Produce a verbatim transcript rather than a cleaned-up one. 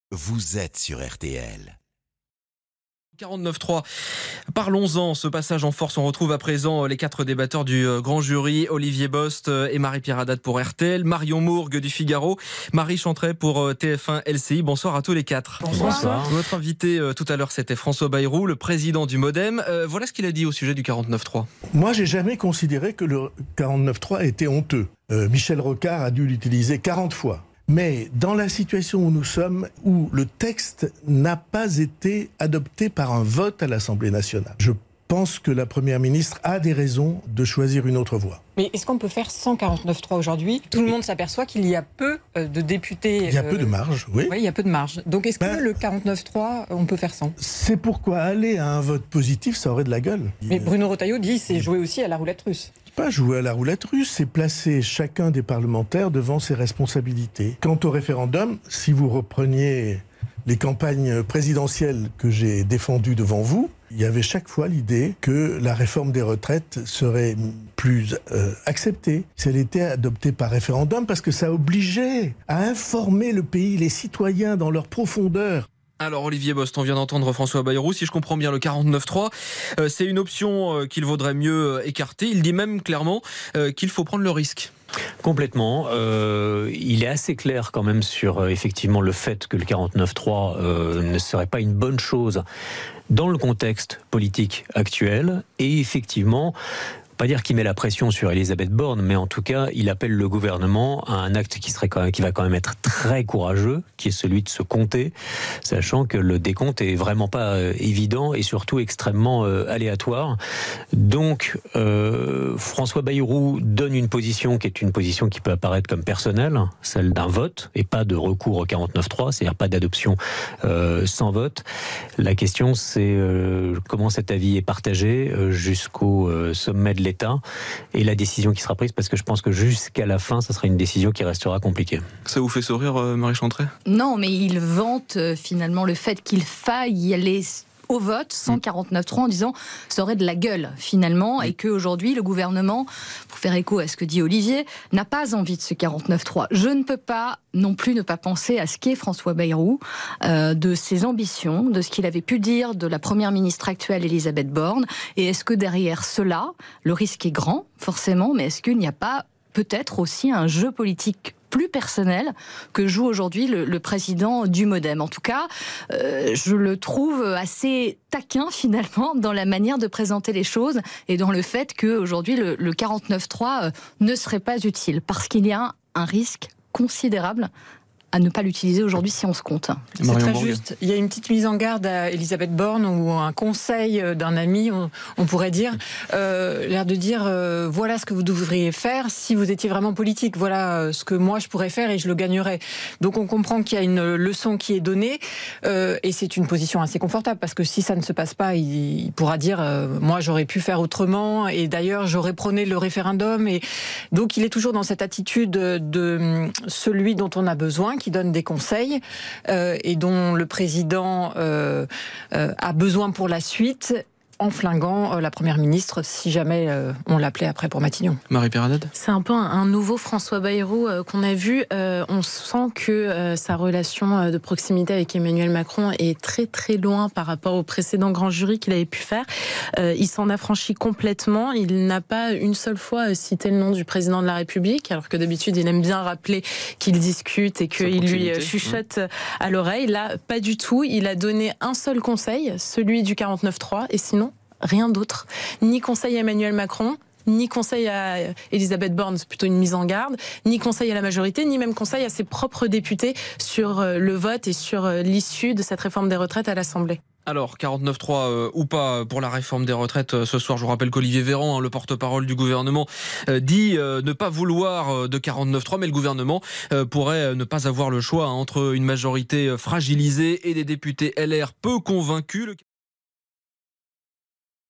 Vous êtes sur R T L. quarante-neuf trois. Parlons-en, ce passage en force. On retrouve à présent les quatre débatteurs du grand jury, Olivier Bost et Marie-Pierre Haddad pour R T L, Marion Mourgue du Figaro, Marie Chantret pour T F un L C I. Bonsoir à tous les quatre. Bonsoir. Bonsoir. Votre invité euh, tout à l'heure, c'était François Bayrou, le président du Modem. Euh, voilà ce qu'il a dit au sujet du quarante-neuf trois. Moi, j'ai jamais considéré que le quarante-neuf trois était honteux. Euh, Michel Rocard a dû l'utiliser quarante fois. Mais dans la situation où nous sommes, où le texte n'a pas été adopté par un vote à l'Assemblée nationale, je pense que la Première ministre a des raisons de choisir une autre voie. Mais est-ce qu'on peut faire sans quarante-neuf trois aujourd'hui ? Tout le monde s'aperçoit qu'il y a peu de députés... Il y a euh... peu de marge, oui. Oui, il y a peu de marge. Donc est-ce que ben, le quarante-neuf trois, on peut faire sans ? C'est pourquoi aller à un vote positif, ça aurait de la gueule. Mais Bruno Retailleau dit c'est jouer aussi à la roulette russe. Pas jouer à la roulette russe, c'est placer chacun des parlementaires devant ses responsabilités. Quant au référendum, si vous repreniez les campagnes présidentielles que j'ai défendues devant vous, il y avait chaque fois l'idée que la réforme des retraites serait plus euh, acceptée si elle était adoptée par référendum, parce que ça obligeait à informer le pays, les citoyens dans leur profondeur. Alors Olivier Bost, on vient d'entendre François Bayrou. Si je comprends bien, le quarante-neuf trois, euh, c'est une option euh, qu'il vaudrait mieux écarter. Il dit même clairement euh, qu'il faut prendre le risque. Complètement. Euh, il est assez clair quand même sur euh, effectivement le fait que le quarante-neuf trois euh, ne serait pas une bonne chose dans le contexte politique actuel. Et effectivement, pas dire qu'il met la pression sur Elisabeth Borne, mais en tout cas, il appelle le gouvernement à un acte qui, serait quand même, qui va quand même être très courageux, qui est celui de se compter, sachant que le décompte est vraiment pas euh, évident et surtout extrêmement euh, aléatoire. Donc, euh, François Bayrou donne une position qui est une position qui peut apparaître comme personnelle, celle d'un vote, et pas de recours au quarante-neuf trois, c'est-à-dire pas d'adoption euh, sans vote. La question, c'est euh, comment cet avis est partagé euh, jusqu'au euh, sommet de l'État et la décision qui sera prise, parce que je pense que jusqu'à la fin, ça sera une décision qui restera compliquée. Ça vous fait sourire, Marie Chantret ? Non, mais il vante euh, finalement le fait qu'il faille y aller au vote sans quarante-neuf trois en disant ça aurait de la gueule finalement, et qu'aujourd'hui le gouvernement, pour faire écho à ce que dit Olivier, n'a pas envie de ce quarante-neuf trois. Je ne peux pas non plus ne pas penser à ce qu'est François Bayrou, euh, de ses ambitions, de ce qu'il avait pu dire de la première ministre actuelle Elisabeth Borne, et est-ce que derrière cela, le risque est grand forcément, mais est-ce qu'il n'y a pas peut-être aussi un jeu politique plus personnel que joue aujourd'hui le, le président du Modem. En tout cas, euh, je le trouve assez taquin finalement dans la manière de présenter les choses et dans le fait qu'aujourd'hui le, le quarante-neuf trois euh, ne serait pas utile, parce qu'il y a un, un risque considérable à ne pas l'utiliser aujourd'hui si on se compte. C'est très juste. Il y a une petite mise en garde à Elisabeth Borne ou un conseil d'un ami, on, on pourrait dire, euh, l'air de dire euh, voilà ce que vous devriez faire si vous étiez vraiment politique. Voilà ce que moi je pourrais faire et je le gagnerais. Donc on comprend qu'il y a une leçon qui est donnée euh, et c'est une position assez confortable, parce que si ça ne se passe pas, il, il pourra dire euh, moi j'aurais pu faire autrement, et d'ailleurs j'aurais prôné le référendum. Et donc il est toujours dans cette attitude de, de celui dont on a besoin, qui donne des conseils euh, et dont le président euh, euh, a besoin pour la suite, en flinguant euh, la Première ministre si jamais euh, on l'appelait après pour Matignon. Marie-Pierre Haddad ? C'est un peu un, un nouveau François Bayrou euh, qu'on a vu. Euh, on sent que euh, sa relation euh, de proximité avec Emmanuel Macron est très très loin par rapport au précédent grand jury qu'il avait pu faire. Euh, il s'en affranchit complètement. Il n'a pas une seule fois cité le nom du président de la République, alors que d'habitude il aime bien rappeler qu'il discute et qu'il lui chuchote mmh. à l'oreille. Là, pas du tout. Il a donné un seul conseil, celui du quarante-neuf trois, et sinon rien d'autre. Ni conseil à Emmanuel Macron, ni conseil à Elisabeth Borne, c'est plutôt une mise en garde, ni conseil à la majorité, ni même conseil à ses propres députés sur le vote et sur l'issue de cette réforme des retraites à l'Assemblée. Alors, quarante-neuf trois euh, ou pas pour la réforme des retraites euh, ce soir, je vous rappelle qu'Olivier Véran, hein, le porte-parole du gouvernement, euh, dit euh, ne pas vouloir euh, de quarante-neuf trois, mais le gouvernement euh, pourrait euh, ne pas avoir le choix hein, entre une majorité euh, fragilisée et des députés L R peu convaincus.